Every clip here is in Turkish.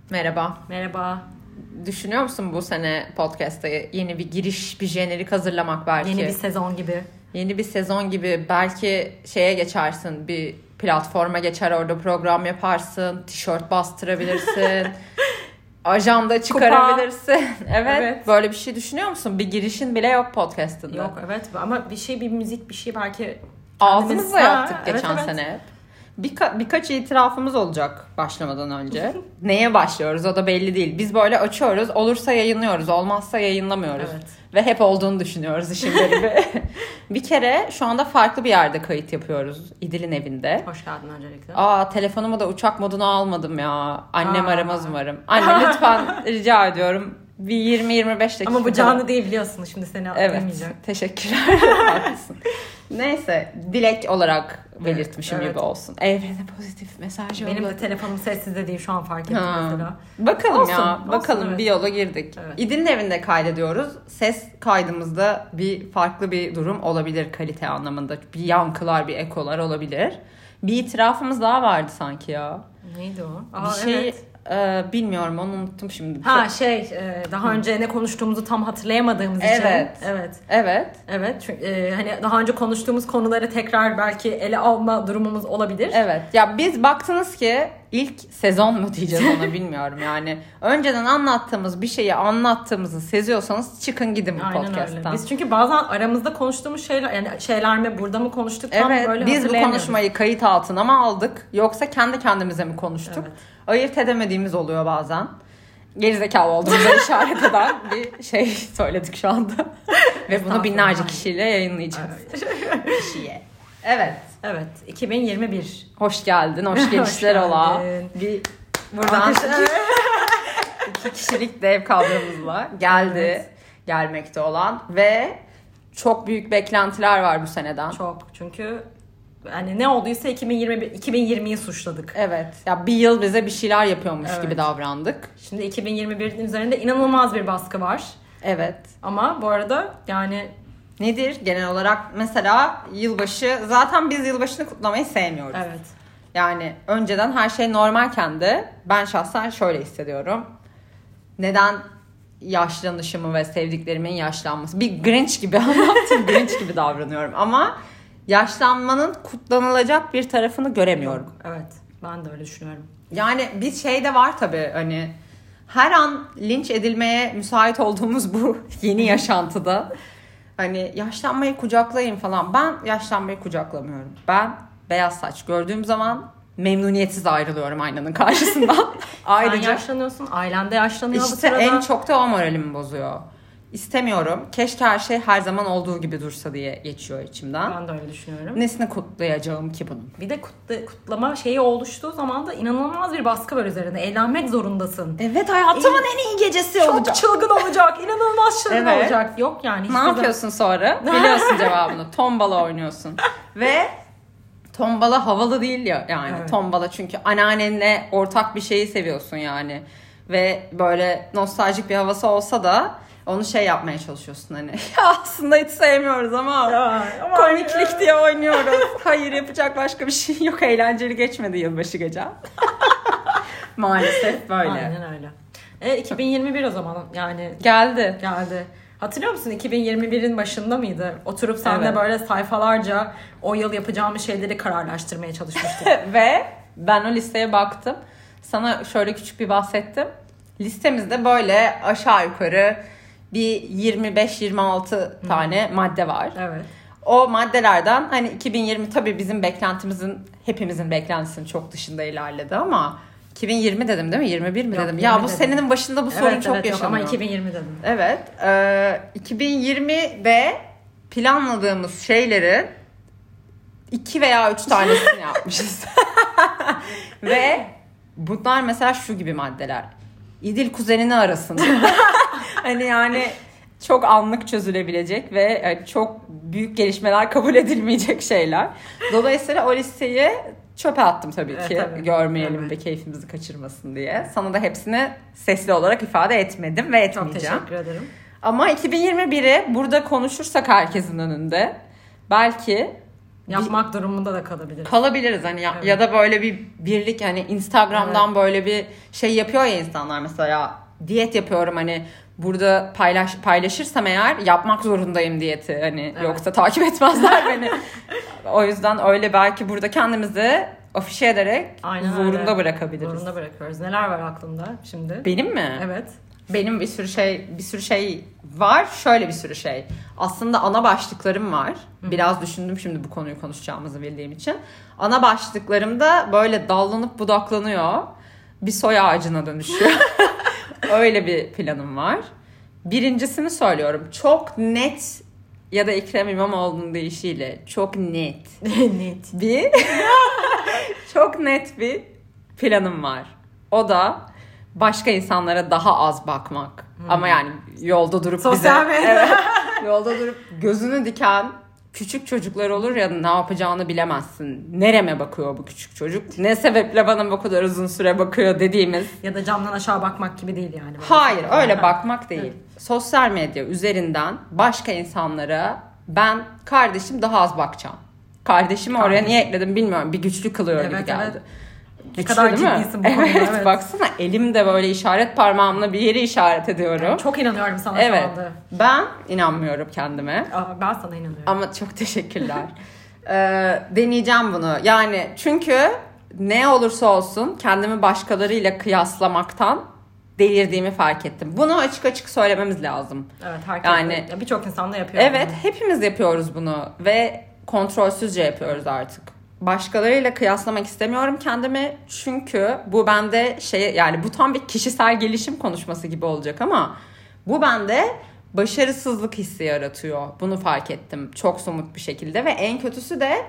Merhaba. Merhaba. Düşünüyor musun bu sene podcast'ta yeni bir giriş, bir jenerik hazırlamak belki? Yeni bir sezon gibi. Yeni bir sezon gibi. Belki şeye geçersin, bir platforma geçer, orada program yaparsın, tişört bastırabilirsin, ajanda çıkarabilirsin. Evet. Böyle bir şey düşünüyor musun? Bir girişin bile yok podcast'ında. Yok, evet, ama bir müzik, bir şey belki ağzımızla yaptık geçen evet. sene hep. Birkaç itirafımız olacak başlamadan önce. Neye başlıyoruz o da belli değil. Biz böyle açıyoruz, olursa yayınlıyoruz, olmazsa yayınlamıyoruz. Evet. Ve hep olduğunu düşünüyoruz işin garibi. Bir kere şu anda farklı bir yerde kayıt yapıyoruz. İdil'in evinde. Hoş geldin öncelikle. Telefonumu da uçak moduna almadım ya. Annem aramaz umarım. Anne lütfen rica ediyorum. Bir 20-25 dakika. Ama bu canlı değil biliyorsun, şimdi seni atlamayacak. Evet, teşekkürler. Haklısın. Neyse, dilek olarak belirtmişim gibi olsun. Evrene pozitif mesaj yolla. Benim de telefonum sessizde değil, şu an fark ettim mesela. Bakalım olsun, bakalım evet. Bir yola girdik. Evet. İdil'in evinde kaydediyoruz. Ses kaydımızda farklı bir durum olabilir kalite anlamında. Bir yankılar, bir ekolar olabilir. Bir itirafımız daha vardı sanki ya. Neydi o? Evet. Bilmiyorum, onu unuttum şimdi. Daha önce ne konuştuğumuzu tam hatırlayamadığımız için. Evet. Çünkü hani daha önce konuştuğumuz konuları tekrar belki ele alma durumumuz olabilir. Evet. Ya biz baktınız ki ilk sezon mu diyeceğiz ona bilmiyorum yani. Önceden anlattığımız bir şeyi anlattığımızı seziyorsanız çıkın gidin bu podcast'tan. Öyle. Biz çünkü bazen aramızda konuştuğumuz şeyler mi, burada mı konuştuk tam böyle biz bu konuşmayı kayıt altına mı aldık yoksa kendi kendimize mi konuştuk? Evet. Ayırt edemediğimiz oluyor bazen. Gerizekalı olduğumuza işaret eden bir şey söyledik şu anda. Ve bunu binlerce kişiyle yayınlayacağız. Evet. Kişiye. Evet. Evet. 2021. Hoş geldin. Hoş gelişler ola. Bir buradan 2 kişilik dev kadromuzla geldi. Evet. Gelmekte olan ve çok büyük beklentiler var bu seneden. Çok. Çünkü yani ne olduysa 2020'yi suçladık. Evet. Ya bir yıl bize bir şeyler yapıyormuş gibi davrandık. Şimdi 2021'in üzerinde inanılmaz bir baskı var. Evet. Ama bu arada yani nedir? Genel olarak mesela yılbaşı, zaten biz yılbaşını kutlamayı sevmiyoruz. Evet. Yani önceden her şey normalken de ben şahsen şöyle hissediyorum. Neden yaşlanışımı ve sevdiklerimin yaşlanması? Bir Grinch gibi anlattım. Grinch gibi davranıyorum ama yaşlanmanın kutlanılacak bir tarafını göremiyorum. Evet. Ben de öyle düşünüyorum. Yani bir şey de var tabii, hani her an linç edilmeye müsait olduğumuz bu yeni yaşantıda hani yaşlanmayı kucaklayın falan. Ben yaşlanmayı kucaklamıyorum. Ben beyaz saç gördüğüm zaman memnuniyetsiz ayrılıyorum aynanın karşısından. Ayrıca sen yaşlanıyorsun, ailen de yaşlanıyor bu sırada. En çok da o moralimi bozuyor. İstemiyorum. Keşke her şey her zaman olduğu gibi dursa diye geçiyor içimden. Ben de öyle düşünüyorum. Nesini kutlayacağım ki bunun? Bir de kutlama şeyi oluştuğu zaman da inanılmaz bir baskı var üzerine. Eğlenmek zorundasın. Evet, hayatımın en iyi gecesi olacak. Çok çılgın olacak. İnanılmaz çılgın olacak. Yok yani. Ne yapıyorsun sonra? Biliyorsun cevabını. Tombala oynuyorsun. Ve tombala havalı değil ya yani. Evet. Tombala çünkü anneannenle ortak bir şeyi seviyorsun yani. Ve böyle nostaljik bir havası olsa da onu yapmaya çalışıyorsun hani. Ya aslında hiç sevmiyoruz ama komiklik diye oynuyoruz. Hayır, yapacak başka bir şey yok. Eğlenceli geçmedi yılbaşı gece. Maalesef böyle. Aynen öyle. 2021 o zaman yani. Geldi. Hatırlıyor musun 2021'in başında mıydı? Oturup seninle böyle sayfalarca o yıl yapacağımız şeyleri kararlaştırmaya çalışmıştık. Ve ben o listeye baktım. Sana şöyle küçük bir bahsettim. Listemizde böyle aşağı yukarı bir 25-26 tane madde var. Evet. O maddelerden hani 2020 tabii bizim beklentimizin, hepimizin beklentisinin çok dışında ilerledi ama 2020 dedim değil mi? 21 mi dedim? Ya bu senenin başında bu sorun çok yaşanıyor. Ama 2020 dedim. Evet. 2020'de planladığımız şeyleri 2 veya 3 tanesini yapmışız. Ve bunlar mesela şu gibi maddeler. İdil kuzenini arasın. Hani yani çok anlık çözülebilecek ve çok büyük gelişmeler kabul edilmeyecek şeyler. Dolayısıyla o listeyi çöpe attım tabii ki. Tabii. Görmeyelim de keyfimizi kaçırmasın diye. Sana da hepsini sesli olarak ifade etmedim ve etmeyeceğim. Çok teşekkür ederim. Ama 2021'i burada konuşursak herkesin önünde belki Yapmak durumunda da kalabiliriz. Kalabiliriz hani Evet. ya da böyle bir birlik hani Instagram'dan böyle bir şey yapıyor ya insanlar mesela diyet yapıyorum hani burada paylaşırsam eğer yapmak zorundayım diyeti hani yoksa takip etmezler beni. O yüzden öyle belki burada kendimizi afişe ederek zorunda bırakabiliriz. Zorunda bırakıyoruz. Neler var aklında şimdi? Benim mi? Evet. Benim bir sürü şey var. Şöyle bir sürü şey. Aslında ana başlıklarım var. Biraz düşündüm şimdi bu konuyu konuşacağımızı bildiğim için. Ana başlıklarımda böyle dallanıp budaklanıyor. Bir soy ağacına dönüşüyor. Öyle bir planım var. Birincisini söylüyorum. Çok net ya da Ekrem İmamoğlu'nun deyişiyle çok net. Net. Çok net bir planım var. O da başka insanlara daha az bakmak. Ama yani yolda durup sosyal medya. Yolda durup gözünü diken küçük çocuklar olur ya ne yapacağını bilemezsin. Nereme bakıyor bu küçük çocuk? Ne sebeple bana bu kadar uzun süre bakıyor dediğimiz. Ya da camdan aşağı bakmak gibi değil yani. Hayır öyle bakmak değil. Sosyal medya üzerinden başka insanlara ben kardeşim daha az bakacağım. Kardeşimi oraya niye ekledim bilmiyorum. Bir güçlü kılıyor gibi geldi. Evet. Ne kadar ciddisin bu konuda. Evet baksana elimde böyle işaret parmağımla bir yeri işaret ediyorum. Yani çok inanıyorum sana şu anda. Ben inanmıyorum kendime. Ben sana inanıyorum. Ama çok teşekkürler. Deneyeceğim bunu. Yani çünkü ne olursa olsun kendimi başkalarıyla kıyaslamaktan delirdiğimi fark ettim. Bunu açık açık söylememiz lazım. Evet herkes yani, birçok insan da yapıyor. Evet hepimiz yapıyoruz bunu ve kontrolsüzce yapıyoruz artık. Başkalarıyla kıyaslamak istemiyorum kendimi çünkü bu bende yani bu tam bir kişisel gelişim konuşması gibi olacak ama bu bende başarısızlık hissi yaratıyor. Bunu fark ettim çok somut bir şekilde ve en kötüsü de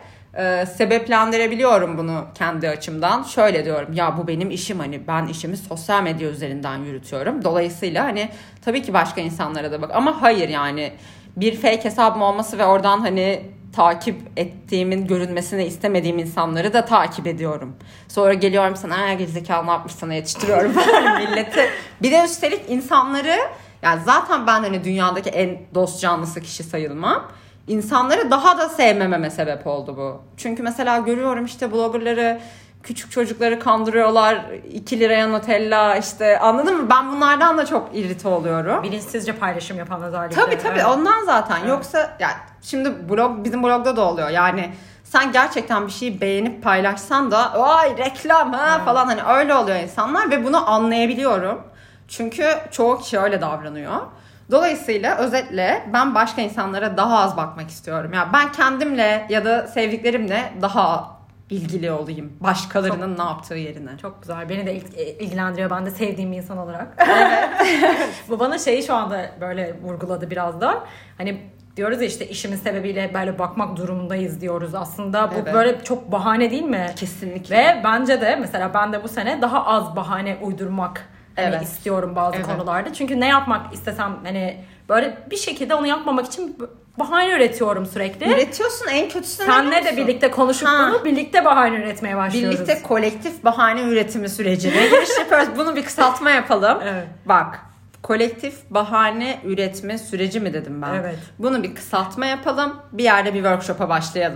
sebeplendirebiliyorum bunu kendi açımdan. Şöyle diyorum ya bu benim işim hani ben işimi sosyal medya üzerinden yürütüyorum. Dolayısıyla hani tabii ki başka insanlara da bak ama hayır yani bir fake hesabım olması ve oradan hani takip ettiğimin görünmesini istemediğim insanları da takip ediyorum. Sonra geliyorum sana gerizekalı ne yapmış sana yetiştiriyorum falan milleti. Bir de üstelik insanları yani zaten ben hani dünyadaki en dost canlısı kişi sayılmam. İnsanları daha da sevmememe sebep oldu bu. Çünkü mesela görüyorum işte bloggerları küçük çocukları kandırıyorlar 2 liraya Nutella işte anladın mı? Ben bunlardan da çok irrite oluyorum. Bilinçsizce paylaşım yapan özellikle. Tabii evet. Ondan zaten. Evet. Yoksa yani şimdi bizim blogda da oluyor. Yani sen gerçekten bir şeyi beğenip paylaşsan da ay reklam falan hani öyle oluyor insanlar ve bunu anlayabiliyorum. Çünkü çoğu kişi öyle davranıyor. Dolayısıyla özetle ben başka insanlara daha az bakmak istiyorum. Yani ben kendimle ya da sevdiklerimle daha ilgili olayım. Başkalarının ne yaptığı yerine. Çok güzel. Beni de ilgilendiriyor. Ben de sevdiğim bir insan olarak. Evet. Bu bana şeyi şu anda böyle vurguladı biraz da. Hani diyoruz ya işte işimiz sebebiyle böyle bakmak durumundayız diyoruz. Aslında bu böyle çok bahane değil mi? Kesinlikle. Ve bence de mesela ben de bu sene daha az bahane uydurmak istiyorum bazı konularda. Çünkü ne yapmak istesem hani böyle bir şekilde onu yapmamak için bahane üretiyorum sürekli. Üretiyorsun en kötüsü. Senle de birlikte konuşup bunu birlikte bahane üretmeye başlıyoruz. Birlikte kolektif bahane üretimi sürecine giriş yapıyoruz. Bunu bir kısaltma yapalım. Evet. Bak kolektif bahane üretme süreci mi dedim ben? Evet. Bunu bir kısaltma yapalım. Bir yerde bir workshop'a başlayalım.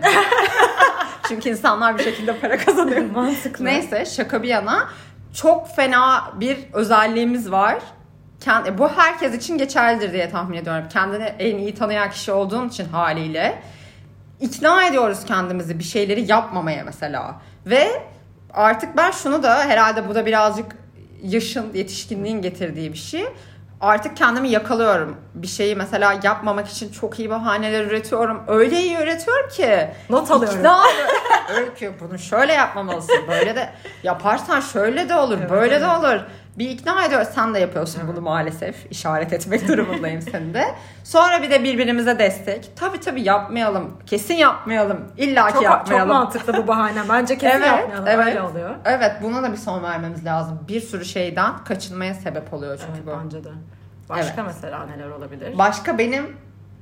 Çünkü insanlar bir şekilde para kazanıyor. Mantıklı. Neyse şaka bir yana çok fena bir özelliğimiz var. Bu herkes için geçerlidir diye tahmin ediyorum. Kendini en iyi tanıyan kişi olduğun için haliyle. İkna ediyoruz kendimizi bir şeyleri yapmamaya mesela. Ve artık ben şunu da herhalde bu da birazcık yaşın, yetişkinliğin getirdiği bir şey. Artık kendimi yakalıyorum. Bir şeyi mesela yapmamak için çok iyi bahaneler üretiyorum. Öyle iyi üretiyorum ki. Not alıyorum. Öyle ki bunu şöyle yapmamalısın. Böyle de yaparsan şöyle de olur. Böyle de olur. Bir ikna ediyor. Sen de yapıyorsun bunu maalesef. İşaret etmek durumundayım seni de. Sonra bir de birbirimize destek. Tabii yapmayalım. Kesin yapmayalım. İlla ki yapmayalım. Çok mantıklı bu bahane. Bence kesin yapmayalım. Öyle oluyor. Evet buna da bir son vermemiz lazım. Bir sürü şeyden kaçınmaya sebep oluyor çünkü bu. Bence de. Başka mesela neler olabilir? Başka benim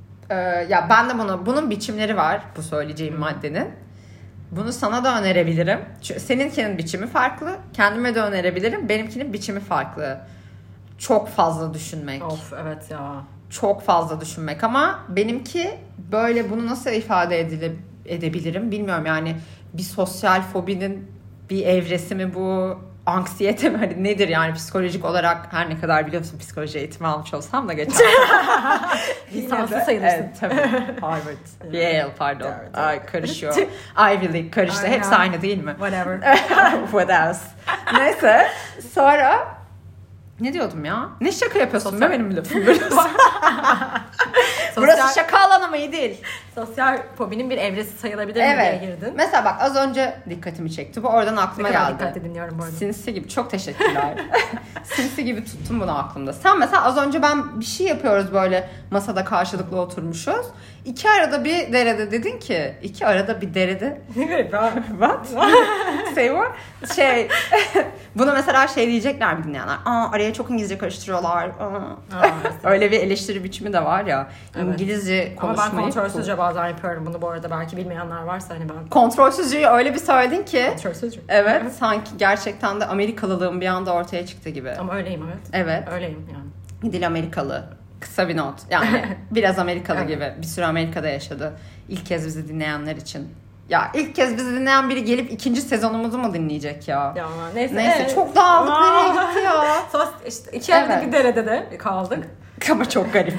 ya ben de bunun biçimleri var bu söyleyeceğim maddenin. Bunu sana da önerebilirim. Seninkinin biçimi farklı. Kendime de önerebilirim. Benimkinin biçimi farklı. Çok fazla düşünmek. Of evet ya. Çok fazla düşünmek ama benimki böyle bunu nasıl ifade edebilirim bilmiyorum yani bir sosyal fobinin bir evresi mi bu, anksiyete mi, hani nedir yani psikolojik olarak, her ne kadar biliyorsun psikoloji eğitimi almış olsam da geçen lisanslı sayılırsın. Evet tabii. Harvard, Yale pardon. Ay karışıyor. Ivy League karıştı. Hepsi aynı değil mi? Whatever. What else? Neyse sonra ne diyordum ya? Ne şaka yapıyorsun be benim lafım burası. Burası şaka alanı mı değil? Sosyal fobinin bir evresi sayılabilir mi diye girdin. Mesela bak az önce dikkatimi çekti. Bu oradan aklıma geldi. Dikkatli dinliyorum bu arada. Sinsi gibi. Çok teşekkürler. Sinsi gibi tuttum bunu aklımda. Sen mesela az önce ben bir şey yapıyoruz böyle masada karşılıklı oturmuşuz. İki arada bir derede dedin ki. İki arada bir derede. What? Say what? Bunu mesela diyecekler mi dinleyenler? Araya çok İngilizce karıştırıyorlar. Öyle bir eleştiri biçimi de var ya. Evet. İngilizce konuşmayı. Ama ben kontrolsüzce bazen yapıyorum bunu bu arada. Belki bilmeyenler varsa hani ben. Kontrolsüzceyi öyle bir söyledin ki. Kontrolsüzce. Evet. Sanki gerçekten de Amerikalılığın bir anda ortaya çıktı gibi. Ama öyleyim evet. Evet. Öyleyim yani. Dil Amerikalı. Kısa bir not. Yani biraz Amerikalı gibi. Bir süre Amerika'da yaşadı. İlk kez bizi dinleyenler için. Ya ilk kez bizi dinleyen biri gelip 2. sezonumuzu mu dinleyecek ya? Ya neyse. Evet. Çok dağıldık. Nereye gitti ya? İşte iki arada bir derede de kaldık. Ama çok garip.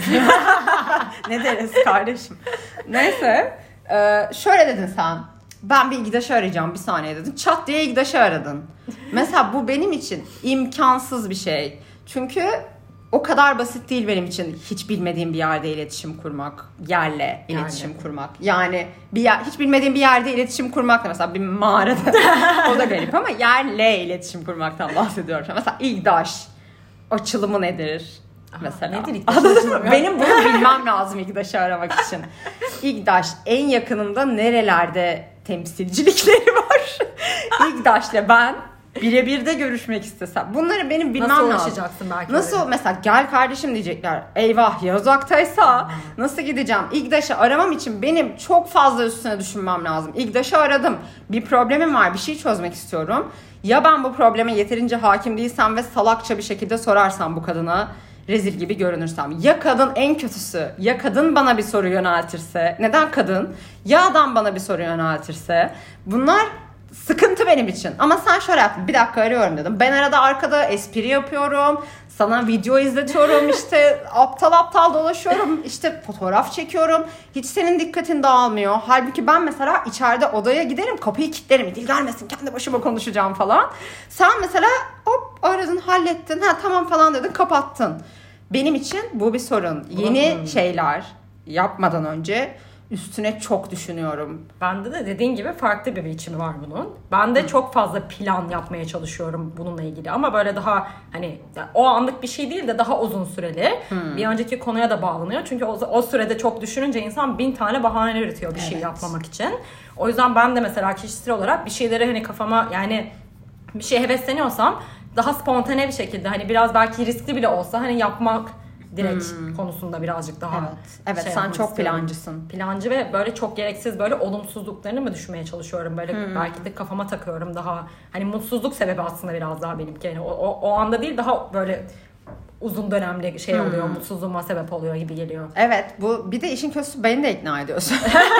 Ne deresi kardeşim? Neyse. Şöyle dedin sen. Ben bir İGDAŞ'ı arayacağım bir saniye dedin. Çat diye İGDAŞ'ı aradın. Mesela bu benim için imkansız bir şey. Çünkü o kadar basit değil benim için hiç bilmediğim bir yerde iletişim kurmak. Yerle iletişim kurmak. Yani hiç bilmediğim bir yerde iletişim kurmak da mesela bir mağarada. O da garip ama yerle iletişim kurmaktan bahsediyorum. Mesela İGDAŞ açılımı nedir? Mesela. Nedir İGDAŞ? Benim bunu bilmem lazım İGDAŞ'ı aramak için. İGDAŞ en yakınında nerelerde temsilcilikleri var? İGDAŞ'la ben birebir de görüşmek istesem. Bunları benim bilmem lazım. Nasıl ulaşacaksın belki? Nasıl mesela gel kardeşim diyecekler. Eyvah ya uzaktaysa nasıl gideceğim? İGDAŞ'ı aramam için benim çok fazla üstüne düşünmem lazım. İGDAŞ'ı aradım. Bir problemim var. Bir şey çözmek istiyorum. Ya ben bu probleme yeterince hakim değilsem ve salakça bir şekilde sorarsam bu kadına, rezil gibi görünürsem. Ya kadın en kötüsü. Ya kadın bana bir soru yöneltirse. Neden kadın? Ya adam bana bir soru yöneltirse. Bunlar sıkıntı benim için. Ama sen şöyle yaptın. Bir dakika arıyorum dedim. Ben arada arkada espri yapıyorum. Sana video izletiyorum. İşte aptal dolaşıyorum. İşte fotoğraf çekiyorum. Hiç senin dikkatin dağılmıyor. Halbuki ben mesela içeride odaya giderim. Kapıyı kilitlerim. Dil gelmesin. Kendi başıma konuşacağım falan. Sen mesela hop aradın, hallettin. Tamam falan dedin, kapattın. Benim için bu bir sorun. Yeni şeyler yapmadan önce üstüne çok düşünüyorum. Bende de dediğin gibi farklı bir biçimi var bunun. Ben de çok fazla plan yapmaya çalışıyorum bununla ilgili. Ama böyle daha hani o anlık bir şey değil de daha uzun süreli. Bir önceki konuya da bağlanıyor. Çünkü o sürede çok düşününce insan 1000 tane bahane üretiyor bir şey yapmamak için. O yüzden ben de mesela kişisel olarak bir şeyleri hani kafama yani bir şeye hevesleniyorsam daha spontane bir şekilde hani biraz belki riskli bile olsa hani yapmak direkt konusunda birazcık daha evet sen çok plancısın. Plancı ve böyle çok gereksiz böyle olumsuzluklarını mı düşünmeye çalışıyorum. Böyle belki de kafama takıyorum daha hani mutsuzluk sebebi aslında biraz daha benimki. Yani o anda değil daha böyle uzun dönemli şey oluyor, mutsuzluğuma sebep oluyor gibi geliyor. Evet, bu bir de işin kötüsü beni de ikna ediyorsun.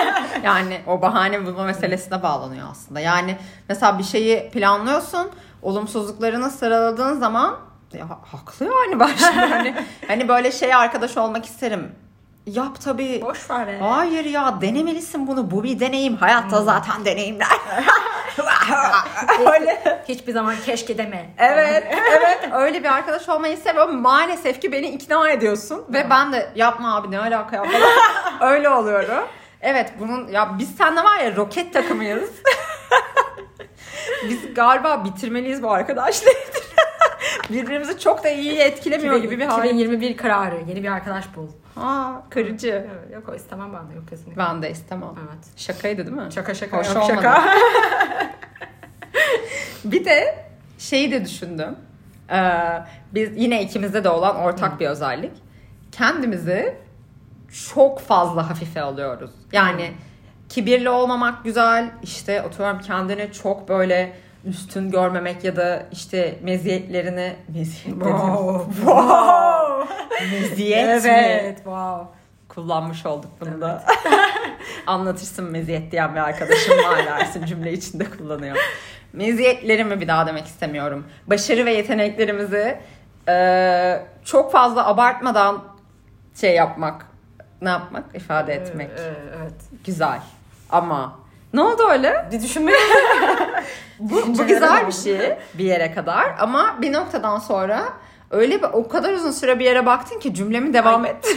Yani o bahane bulma meselesine bağlanıyor aslında. Yani mesela bir şeyi planlıyorsun, olumsuzluklarını sıraladığın zaman ya, haklı yani başta hani böyle arkadaş olmak isterim. Yap tabii. Boş ver be. Hayır ya, denemelisin bunu. Bu bir deneyim. Hayatta zaten deneyimler. Öyle. Hiçbir zaman keşke deme. Evet. Öyle bir arkadaş olmayı seviyorum. Maalesef ki beni ikna ediyorsun. Ve ben de yapma abi ne alaka ya falan. Öyle oluyorum. Evet biz seninle var ya roket takımıyız. Biz galiba bitirmeliyiz bu arkadaşları. Birbirimizi çok da iyi etkilemiyor gibi bir hal. 2021 kararı. Yeni bir arkadaş bul. Kırıcı. Yok o istemem ben de. Yok kesinlikle. Ben de istemem. Evet. Şakaydı değil mi? Şaka. Hoş yok, olmadı. şaka. Bir de şeyi de düşündüm. Biz yine ikimizde de olan ortak bir özellik. Kendimizi çok fazla hafife alıyoruz. Yani kibirli olmamak güzel. İşte atıyorum kendini çok böyle üstün görmemek ya da işte meziyetlerini meziyet evet, mi? wow. Kullanmış olduk bunu da. Anlatırsın meziyet diyen bir arkadaşım var dersin, cümle içinde kullanıyor. Meziyetlerimi bir daha demek istemiyorum. Başarı ve yeteneklerimizi çok fazla abartmadan şey yapmak. Ne yapmak? İfade etmek. Evet. Güzel. Ama ne oldu öyle? Bir düşünme. Bu güzel bir şey bir yere kadar. Ama bir noktadan sonra öyle o kadar uzun süre bir yere baktın ki cümlemi devam et.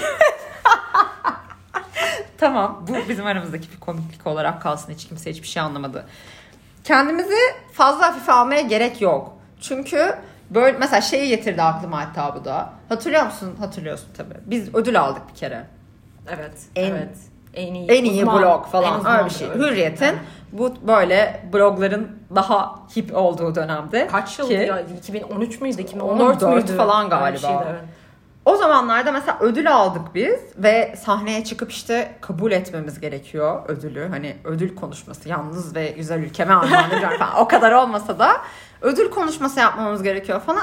Tamam. Bu bizim aramızdaki bir komiklik olarak kalsın. Hiç kimse hiçbir şey anlamadı. Kendimizi fazla hafife almaya gerek yok. Çünkü böyle mesela şeyi getirdi aklıma hatta bu da. Hatırlıyor musun? Hatırlıyorsun tabii. Biz ödül aldık bir kere. Evet. Evet. En iyi blog falan öyle bir şey. Hürriyet'in bu böyle blogların daha hip olduğu dönemde. Kaç yıl ya? 2013 müydü? 2014 müydü falan galiba. Şeydi, evet. O zamanlarda mesela ödül aldık biz ve sahneye çıkıp işte kabul etmemiz gerekiyor ödülü. Hani ödül konuşması, yalnız ve güzel ülkeme armağan falan o kadar olmasa da ödül konuşması yapmamız gerekiyor falan.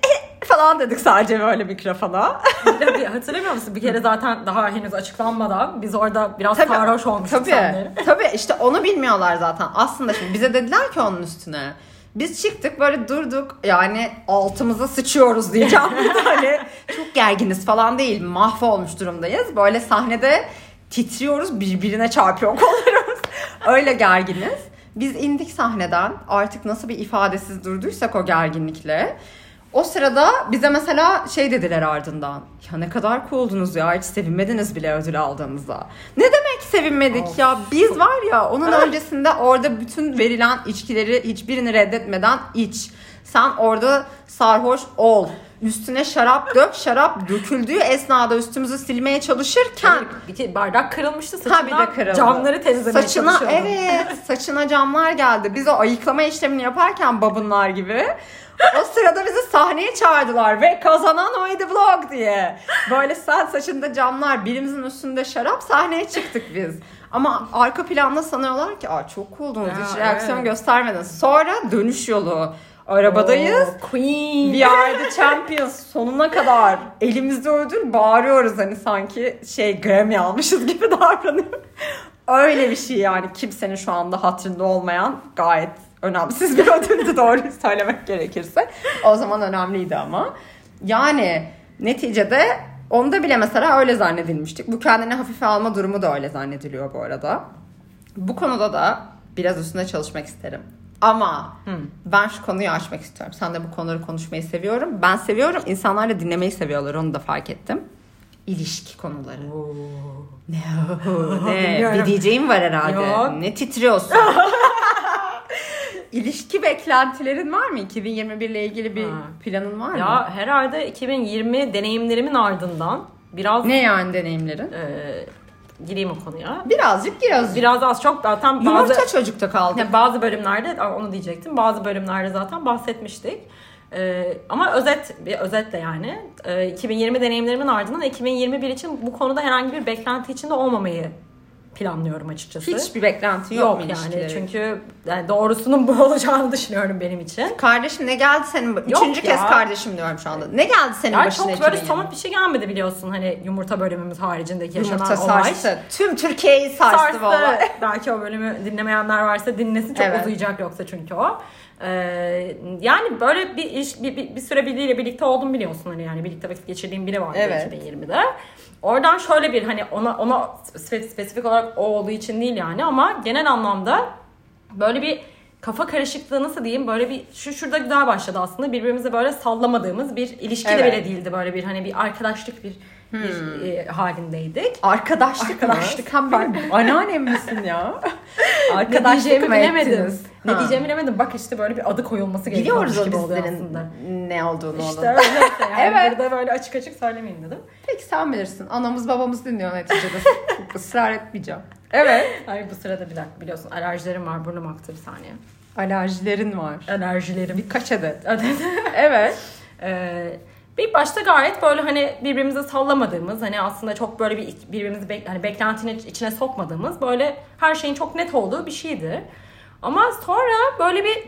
Falan dedik sadece böyle mikrofona. Hatırlamıyor musun? Bir kere zaten daha henüz açıklanmadan biz orada biraz sarhoş olmuştuk sanırım. Tabii işte onu bilmiyorlar zaten. Aslında şimdi bize dediler ki onun üstüne. Biz çıktık böyle durduk yani altımıza sıçıyoruz diyeceğim. Hani çok gerginiz falan değil, mahvolmuş durumdayız. Böyle sahnede titriyoruz, birbirine çarpıyor kollarımız. Öyle gerginiz. Biz indik sahneden, artık nasıl bir ifadesiz durduysak o gerginlikle. O sırada bize mesela şey dediler ardından. Ya ne kadar cooldunuz ya, hiç sevinmediniz bile ödül aldığımızda. Ne demek sevinmedik ya? Biz var ya onun öncesinde orada bütün verilen içkileri hiçbirini reddetmeden iç. Sen orada sarhoş ol. Üstüne şarap dök. Şarap döküldüğü esnada üstümüzü silmeye çalışırken. Bir bardak kırılmıştı saçından. Bir de kırıldı. Camları temizlemeye çalışıyordum. Evet, saçına camlar geldi. Biz o ayıklama işlemini yaparken babunlar gibi. O sırada bizi sahneye çağırdılar ve kazanan oydu vlog diye. Böyle saçında camlar, birimizin üstünde şarap, sahneye çıktık biz. Ama arka planda sanıyorlar ki çok cooldunuz, hiç reaksiyon göstermediniz. Sonra dönüş yolu. Arabadayız. Queen. We are the champions sonuna kadar. Elimizde ödül, bağırıyoruz hani sanki Grammy almışız gibi davranıyor. Öyle bir şey yani, kimsenin şu anda hatırında olmayan gayet önemsiz bir ödüldü doğruyu söylemek gerekirse. O zaman önemliydi ama. Yani neticede onda bile mesela öyle zannedilmiştik. Bu kendini hafife alma durumu da öyle zannediliyor bu arada. Bu konuda da biraz üstüne çalışmak isterim. Ama ben şu konuyu açmak istiyorum. Sen de bu konuları konuşmayı seviyorum. Ben seviyorum. İnsanlar da dinlemeyi seviyorlar. Onu da fark ettim. İlişki konuları. Ne? Bir diyeceğim var herhalde. Yok. Ne titriyorsun? İlişki beklentilerin var mı? 2021 ile ilgili bir planın var mı? Ya herhalde 2020 deneyimlerimin ardından biraz... Ne yani deneyimlerin? Gireyim o konuya. Birazcık. Biraz az çok zaten Yumurta çocukta kaldı. Yani bazı bölümlerde onu diyecektim. Bazı bölümlerde zaten bahsetmiştik. Ama özetle yani 2020 deneyimlerimin ardından 2021 için bu konuda herhangi bir beklenti içinde olmamayı planlıyorum açıkçası. Hiçbir beklenti yok yani çünkü yani doğrusunun bu olacağını düşünüyorum benim için. Kardeşim ne geldi senin? Üçüncü kez kardeşim diyorum şu anda. Ne geldi senin başına? Çok böyle somut bir şey gelmedi biliyorsun hani yumurta bölümümüz haricindeki yaşanan olay. Yumurta sarstı. Tüm Türkiye'yi sarstı bu olay. Belki o bölümü dinlemeyenler varsa dinlesin, çok uzayacak yoksa çünkü o. Yani böyle bir süre biriyle birlikte oldum biliyorsun hani yani birlikte vakit geçirdiğim biri vardı 2020'de. Oradan şöyle bir hani ona spesifik olarak o olduğu için değil yani ama genel anlamda böyle bir kafa karışıklığı nasıl diyeyim böyle bir şurada güzel başladı aslında birbirimize böyle sallamadığımız bir ilişki de bile değildi böyle bir hani bir arkadaşlık bir halindeydik. Arkadaşlık. Hem benim anneannem misin ya? Arkadaşlık mı ettiniz? Ne diyeceğimi bilemedim. Bak işte böyle bir adı koyulması gerekiyormuş gibi oluyor aslında. Ne olduğunu İşte öyle yani burada böyle açık açık söylemeyeyim dedim. Peki sen bilirsin. Anamız babamız dinliyor neticede. Israr etmeyeceğim. Evet. Ay bu sırada bir dakika biliyorsun alerjilerim var. Burnum aktı bir saniye. Alerjilerin var. Alerjilerim. Birkaç adet. Evet. Bir başta gayet böyle hani birbirimize sallamadığımız hani aslında çok böyle birbirimizi hani beklentinin içine sokmadığımız böyle her şeyin çok net olduğu bir şeydi. Ama sonra böyle bir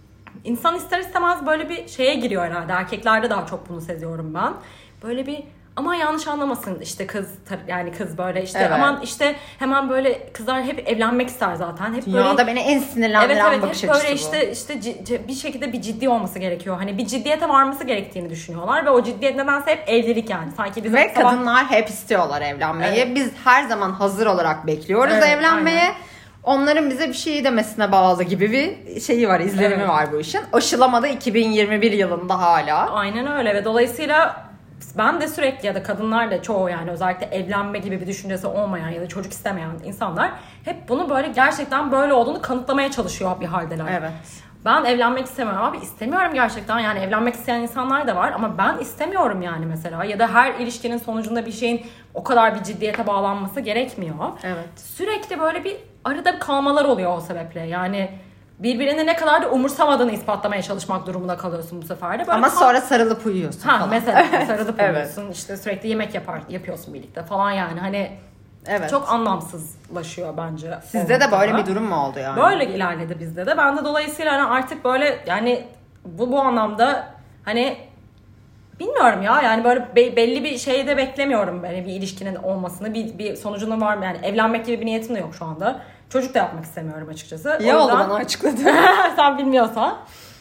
insan ister istemez böyle bir şeye giriyor herhalde. Erkeklerde daha çok bunu seziyorum ben. Böyle bir Ama yanlış anlamasın işte kız yani kız böyle işte Evet. aman işte hemen böyle kızlar hep evlenmek ister zaten. Hep Dünyada böyle beni en sinirlendiren evet, bakış hep açısı böyle bu. işte bir şekilde bir ciddi olması gerekiyor. Hani bir ciddiyete varması gerektiğini düşünüyorlar ve o ciddiyet nedense hep evlilik yani. Sanki bizim Ve kadınlar hep istiyorlar evlenmeyi. Evet. Biz her zaman hazır olarak bekliyoruz Evet, evlenmeye. aynen. Onların bize bir şey demesine bağlı gibi bir şeyi var, izlenimi Evet. var bu işin. Aşılamadı 2021 yılında hala. Aynen öyle ve dolayısıyla ben de sürekli ya da kadınlar da çoğu yani özellikle evlenme gibi bir düşüncesi olmayan ya da çocuk istemeyen insanlar hep bunu böyle gerçekten böyle olduğunu kanıtlamaya çalışıyor bir haldeler. Evet. Ben evlenmek istemiyorum abi, istemiyorum gerçekten yani evlenmek isteyen insanlar da var ama ben istemiyorum yani mesela ya da her ilişkinin sonucunda bir şeyin o kadar bir ciddiyete bağlanması gerekmiyor. Evet. Sürekli böyle bir arada kalmalar oluyor o sebeple yani birbirini ne kadar da umursamadığını ispatlamaya çalışmak durumunda kalıyorsun bu sefer de. Böyle Ama sonra sarılıp uyuyorsun falan. Mesela sarılıp Evet. uyuyorsun işte sürekli yemek yapıyorsun birlikte falan yani hani Evet. çok anlamsızlaşıyor bence. Sizde de böyle bir durum mu oldu yani? Böyle ilerledi bizde de. Ben de dolayısıyla hani artık böyle yani bu anlamda hani bilmiyorum ya yani böyle belli bir şeyde beklemiyorum böyle bir ilişkinin olmasını bir sonucunun var mı yani evlenmek gibi bir niyetim de yok şu anda. Çocuk da yapmak istemiyorum açıkçası. İyi O oldu yüzden- bana açıkladı. Sen bilmiyorsan.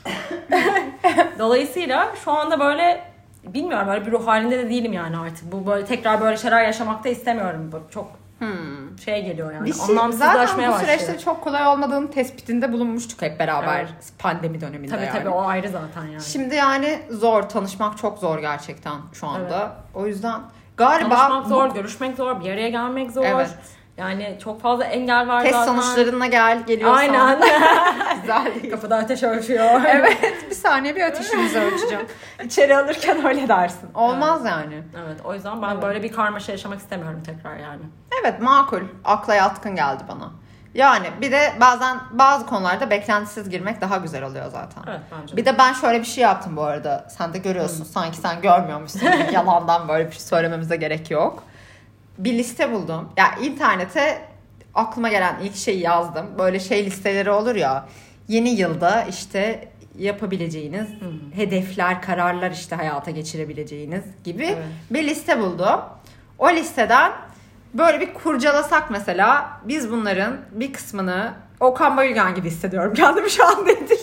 Dolayısıyla şu anda böyle bilmiyorum böyle bir ruh halinde de değilim yani artık. Bu böyle tekrar böyle şeyler yaşamak da istemiyorum. Bu çok şey geliyor yani. Bir şey, Anlamsızlaşmaya zaten bu başlıyor. süreçte çok kolay olmadığının tespitinde bulunmuştuk hep beraber Evet. pandemi döneminde Tabii yani. tabii o ayrı zaten yani. Şimdi yani zor, tanışmak çok zor gerçekten şu anda. O yüzden galiba Tanışmak zor, görüşmek zor, bir araya gelmek zor. Evet. Yani çok fazla engel var test zaten. sonuçlarına geliyorsan. Aynen. Güzel değil. Kapıda ateş ölçüyor. Evet, bir saniye bir ateşinizi ölçeceğim. İçeri alırken öyle dersin. Olmaz yani. Evet o yüzden ben böyle bir karmaşa yaşamak istemiyorum tekrar yani. Evet, makul. Akla yatkın geldi bana. Yani bir de bazen bazı konularda beklentisiz girmek daha güzel oluyor zaten. Evet bence. Bir de ben şöyle bir şey yaptım bu arada. Sen de görüyorsun. Sanki sen görmüyormuşsun. Yalandan böyle bir şey söylememize gerek yok. Bir liste buldum. Ya internete aklıma gelen ilk şeyi yazdım. Böyle şey listeleri olur ya. Yeni yılda işte yapabileceğiniz hedefler, kararlar işte hayata geçirebileceğiniz gibi Evet. bir liste buldum. O listeden böyle bir kurcalasak mesela biz bunların bir kısmını Okan Bayülgen gibi hissediyorum kendimi şu an dedik.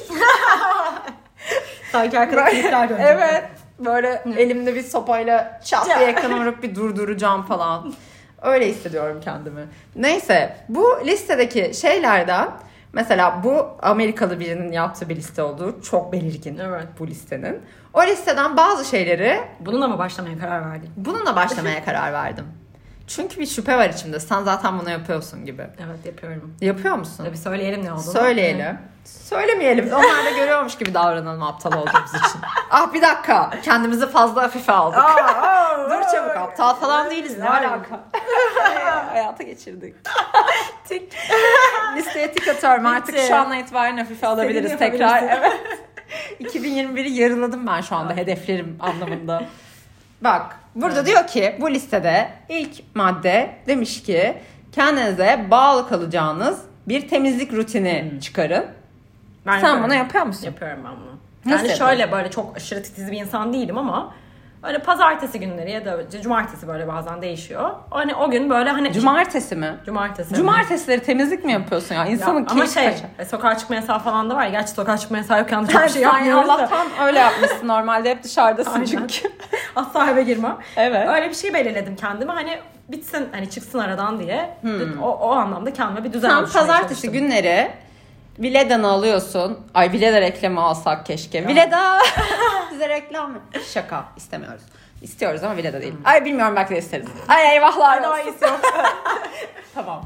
Sanki arkada klipler dönecek. Evet. Böyle elimde bir sopayla çat diye ekrana vurup bir durduracağım falan. Öyle hissediyorum kendimi. Neyse bu listedeki şeylerden mesela bu Amerikalı birinin yaptığı bir liste olduğu çok belirgin Evet. bu listenin. O listeden bazı şeyleri Bununla mı başlamaya karar verdin? bununla başlamaya karar verdim. Çünkü bir şüphe var içimde. Sen zaten bunu yapıyorsun gibi. Evet yapıyorum. Yapıyor musun? Tabii söyleyelim ne olduğunu. Söyleyelim. Söylemeyelim. Onlar da görüyormuş gibi davranalım aptal olduğumuz için. Ah bir dakika. Kendimizi fazla hafife aldık. Dur çabuk, aptal falan değiliz. Ne alaka? Hayata geçirdik. Tik. Listeye tik atıyorum. Artık Bitti. şu andan itibaren hafife alabiliriz İstediğini tekrar. yapabilirsin. Evet. 2021'i yarıladım ben şu anda hedeflerim anlamında. Bak burada diyor ki bu listede ilk madde demiş ki kendinize bağlı kalacağınız bir temizlik rutini çıkarın. Ben Sen yapıyorum. bunu yapıyor musun? Yapıyorum ben bunu. Nasıl Yani yapıyorsun? şöyle böyle çok aşırı titiz bir insan değilim ama öyle pazartesi günleri ya da cumartesi böyle bazen değişiyor. Hani o gün böyle hani Cumartesi mi? cumartesi. Cumartesileri temizlik mi yapıyorsun ya? İnsanın Ya, ama keyfi şey kaçar. sokağa çıkma yasağı falan da var. Gerçi sokağa çıkma yasağı yokken de çok bir şey Sen yapmıyoruz da. Allah'tan öyle yapmışsın. Normalde hep dışarıdasın Aynen. çünkü. Asla eve girmem. Evet. Öyle bir şey belirledim kendime. Hani bitsin hani çıksın aradan diye. O anlamda kendime bir düzen Sen oluşturmaya pazartesi çalıştım. günleri Vileda'nı alıyorsun. Ay Vileda reklamı alsak keşke. Vileda! Bize reklam mı? Şaka. istemiyoruz. İstiyoruz ama Vileda değil. Ay bilmiyorum belki de isteriz. Ay eyvahlar Daha olsun. iyisi yok. Tamam.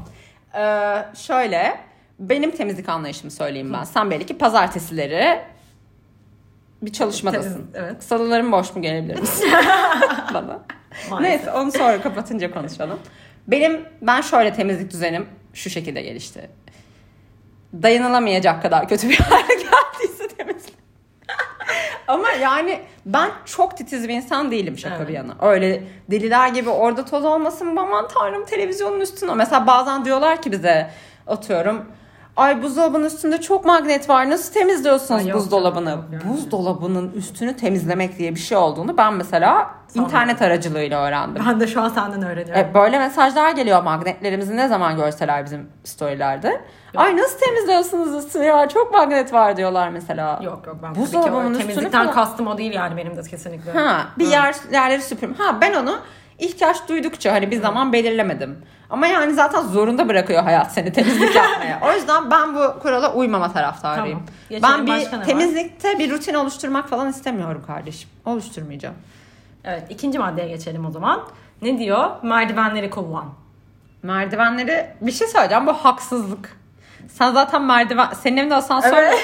Şöyle. Benim temizlik anlayışımı söyleyeyim ben. Sen belli ki pazartesileri bir çalışmadasın. Evet. Salıların boş mu gelebilir misin? Bana. Maalesef. Neyse onu sonra kapatınca konuşalım. Ben şöyle temizlik düzenim şu şekilde gelişti. Dayanılamayacak kadar kötü bir hale geldiyse temizlik. Ama yani ben çok titiz bir insan değilim şaka Evet. bir yana. Öyle deliler gibi orada toz olmasın aman tanrım televizyonun üstüne. Mesela bazen diyorlar ki bize atıyorum Ay buzdolabının üstünde çok magnet var. Nasıl temizliyorsunuz Ay, yok, buzdolabını? yok yani. Buzdolabının üstünü temizlemek diye bir şey olduğunu ben mesela internet aracılığıyla öğrendim. Ben de şu an senden öğreniyorum. Böyle mesajlar geliyor magnetlerimizi ne zaman görseler bizim storylerde. Yok. Ay nasıl temizliyorsunuz üstünü ya? Çok magnet var diyorlar mesela. Yok ben buzdolabının üstünü temizlikten falan... kastım o değil yani benim de kesinlikle. Yerleri süpürüm. Ben onu ihtiyaç duydukça hani bir zaman belirlemedim. Ama yani zaten zorunda bırakıyor hayat seni temizlik yapmaya. O yüzden ben bu kurala uymama taraftarıyım. Tamam. Ben bir temizlikte bir rutin oluşturmak falan istemiyorum kardeşim. Oluşturmayacağım. Evet, ikinci maddeye geçelim o zaman. Ne diyor? Merdivenleri kullan. Merdivenleri bir şey söyleyeceğim, bu haksızlık. Sen zaten senin evinde asansör. Evet.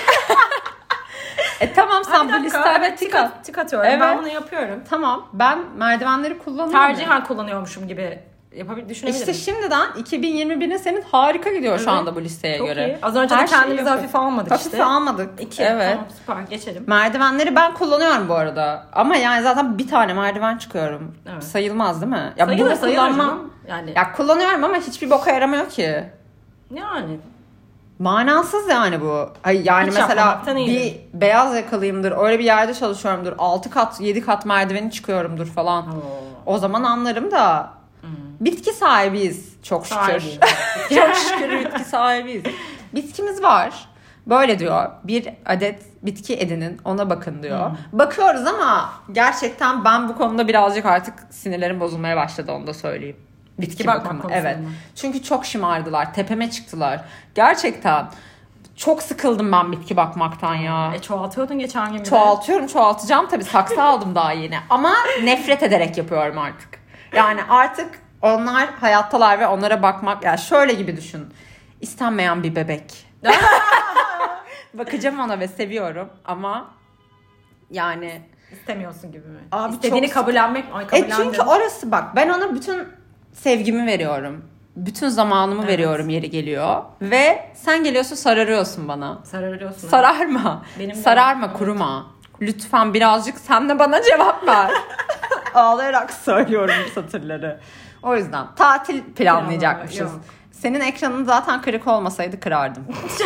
Tamam sen bu listede tık atıyorum. Evet. Ben bunu yapıyorum. Tamam, ben merdivenleri kullanıyorum. Tercihen kullanıyormuşum gibi düşünebilirim. İşte şimdiden 2021'e senin harika gidiyor şu anda bu listeye çok göre. İyi. Az önce de kendimizi hafife almadık işte. Hafife almadık. Evet. Tamam, süper, geçelim. Merdivenleri ben kullanıyorum bu arada. Ama yani zaten bir tane merdiven çıkıyorum. Evet. Sayılmaz değil mi? Ya sayılır kullanmam. Yani. Ya kullanıyorum ama hiçbir boka yaramıyor ki. Yani. Manasız yani bu. Yani hiç mesela bir beyaz yakalıyımdır, öyle bir yerde çalışıyorumdur, 6 kat 7 kat merdiveni çıkıyorumdur falan. O zaman anlarım da bitki sahibiyiz çok şükür. Çok şükür bitki sahibiyiz. Bitkimiz var. Böyle diyor. Bir adet bitki edinin, ona bakın diyor. Bakıyoruz ama gerçekten ben bu konuda birazcık artık sinirlerim bozulmaya başladı, onu da söyleyeyim. Bitki bakımı. Evet. Çünkü çok şımardılar. Tepeme çıktılar. Gerçekten çok sıkıldım ben bitki bakmaktan ya. Çoğaltıyordun geçen gün. Çoğaltacağım tabii. Saksı aldım daha yeni. Ama nefret ederek yapıyorum artık. Yani artık onlar hayattalar ve onlara bakmak, yani şöyle gibi düşün. İstenmeyen bir bebek. Bakacağım ona ve seviyorum ama yani istemiyorsun gibi mi? Abi İstediğini kabullenmek. Çünkü orası bak, ben ona bütün sevgimi veriyorum. Bütün zamanımı veriyorum yeri geliyor. Ve sen geliyorsun sararıyorsun bana. Sararıyorsun. Sararma. Sararma, kuruma. Lütfen birazcık sen de bana cevap ver. Ağlayarak söylüyorum bu satırları. O yüzden tatil planlayacakmışız. Senin ekranın zaten kırık olmasaydı kırardım.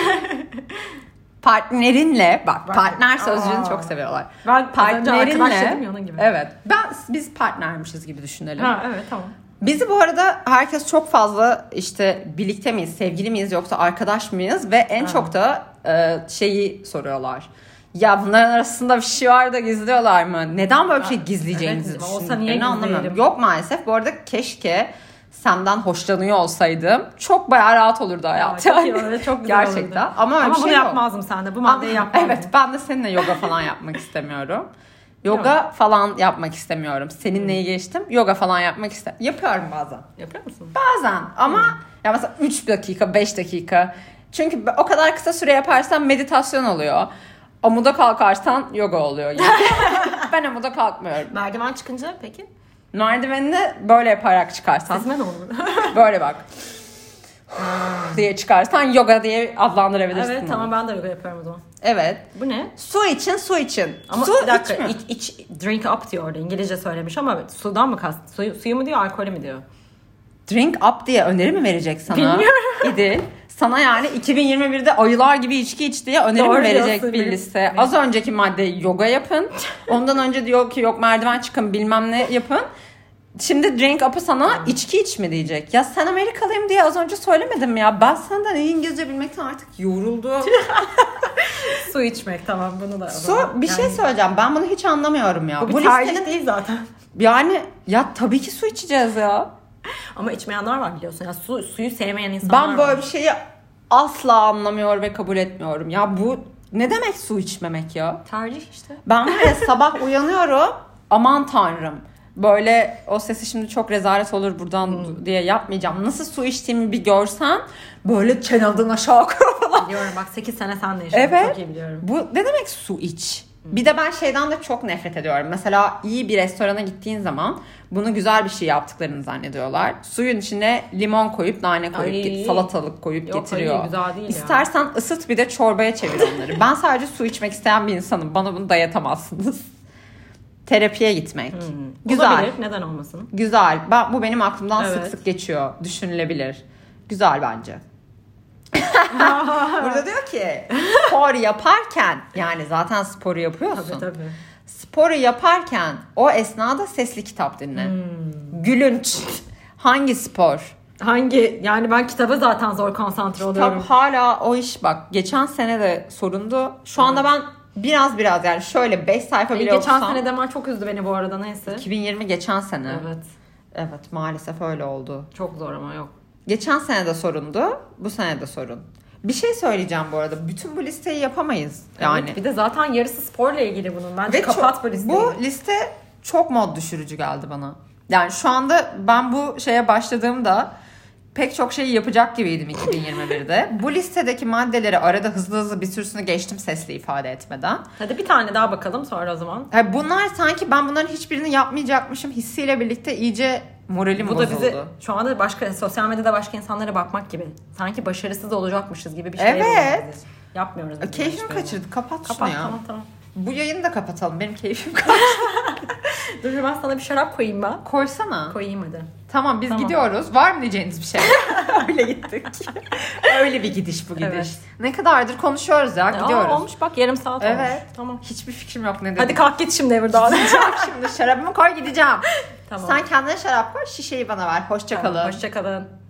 Partnerinle bak partner sözcüğünü çok seviyorlar. Ben partnerinle onun gibi. Evet. Biz partnermişiz gibi düşünelim. Evet tamam. Bizi bu arada herkes çok fazla işte birlikte miyiz, sevgili miyiz yoksa arkadaş mıyız ve en çok da şeyi soruyorlar. Ya bunların arasında bir şey var da gizliyorlar mı? Neden böyle bir şey gizleyeceğinizi düşündüklerini anlamıyorum. Yok maalesef. Bu arada keşke senden hoşlanıyor olsaydım. Çok bayağı rahat olurdu hayat. Çok iyi, öyle çok güzel gerçekten. olurdu. Ama bunu yapmazdım sen de. Bu maddeyi yapmazdım. Evet, ben de seninle yoga falan yapmak istemiyorum. Yoga falan yapmak istemiyorum. Seninle geçtim. Yoga falan yapmak istemiyorum. Yapıyorum bazen. Yapıyor musun? Bazen ama ya mesela 3 dakika, 5 dakika. Çünkü o kadar kısa süre yaparsan meditasyon oluyor. Amuda kalkarsan yoga oluyor. Yani. Ben amuda kalkmıyorum. Merdiven çıkınca peki? Merdivenini böyle yaparak çıkarsan. Sesime ne olur? Böyle bak. diye çıkarsan yoga diye adlandırabilirsin. Evet tamam, ben de yoga yapıyorum o zaman. Evet. Bu ne? Su için. Ama su bir dakika, iç drink up diyor orada. İngilizce söylemiş ama sudan mı kast? Suyu mu diyor, alkolü mü diyor? Drink up diye öneri mi verecek sana? Bilmiyorum. İdil. Sana yani 2021'de ayılar gibi içki iç diye öneri mi verecek bir liste? Az önceki maddeyi yoga yapın. Ondan önce diyor ki yok merdiven çıkın bilmem ne yapın. Şimdi drink up'ı sana içki iç mi diyecek? Ya sen Amerikalıyım diye az önce söylemedim mi ya? Ben senden iyi İngilizce bilmekten artık yoruldum. Su içmek, tamam, bunu da. Şey söyleyeceğim. Ben bunu hiç anlamıyorum ya. Bu tercih değil zaten. Yani ya tabii ki su içeceğiz ya. Ama içmeyenler var biliyorsun. Ya suyu sevmeyen insanlar var. Ben böyle bir şeyi asla anlamıyor ve kabul etmiyorum. Ya bu ne demek su içmemek ya? Tercih işte. Ben böyle sabah uyanıyorum. Aman tanrım. Böyle o sesi şimdi çok rezalet olur buradan diye yapmayacağım. Nasıl su içtiğimi bir görsen böyle çenelden aşağı akıyor falan. Biliyorum bak, 8 sene sen de yaşadın. Evet. Çok iyi biliyorum. Bu ne demek su iç? Bir de ben şeyden de çok nefret ediyorum. Mesela iyi bir restorana gittiğin zaman bunu güzel bir şey yaptıklarını zannediyorlar. Suyun içine limon koyup, nane koyup, salatalık koyup getiriyor. Yok, güzel değil. İstersen ısıt bir de çorbaya çevir onları. Ben sadece su içmek isteyen bir insanım. Bana bunu dayatamazsınız. Terapiye gitmek. Güzel. Olabilir. Neden olmasın? Güzel. Bu benim aklımdan sık sık geçiyor. Düşünülebilir. Güzel bence. Burada diyor ki spor yaparken, yani zaten sporu yapıyorsun. Tabii. Sporu yaparken o esnada sesli kitap dinle. Gülünç. Hangi spor? Yani ben kitaba zaten zor konsantre oluyorum. Kitap hala o iş, bak geçen sene de sorundu. Şu anda ben biraz yani şöyle 5 sayfa bile geçen okusam. Geçen sene Demen çok üzdü beni bu arada, neyse. 2020 geçen sene. Evet. Evet, maalesef öyle oldu. Çok zor ama yok. Geçen sene de sorundu. Bu sene de sorun. Bir şey söyleyeceğim bu arada. Bütün bu listeyi yapamayız. Yani. Evet, bir de zaten yarısı sporla ilgili bunun. Bence kapat bu listeyi. Bu liste çok mod düşürücü geldi bana. Yani şu anda ben bu şeye başladığımda pek çok şeyi yapacak gibiydim 2021'de. Bu listedeki maddeleri arada hızlı bir sürüsünü geçtim sesli ifade etmeden. Hadi bir tane daha bakalım sonra o zaman. Yani bunlar sanki ben bunların hiçbirini yapmayacakmışım hissiyle birlikte iyice moralim bozuldu. Bu da bizi şu anda sosyal medyada başka insanlara bakmak gibi. Sanki başarısız olacakmışız gibi bir şey. Evet. Yapmıyoruz. Keyfimi kaçırdık. Kapat şunu ya. Tamam. Bu yayını da kapatalım. Benim keyfim kaçtı. Dur ben sana bir şarap koyayım ben. Koysana. Koyayım hadi. Tamam biz gidiyoruz. Var mı diyeceğiniz bir şey? Öyle gittik. Öyle bir gidiş bu gidiş. Evet. Ne kadardır konuşuyoruz ya, gidiyoruz. Olmuş bak, yarım saat olmuş. Evet. Tamam. Hiçbir fikrim yok ne dedim. Hadi kalk git şimdi Evir Gideceğim şimdi. Şarabımı koy gideceğim. Tamam. Sen kendine şarap koy, şişeyi bana ver. Hoşça kalın. Hoşça kalın.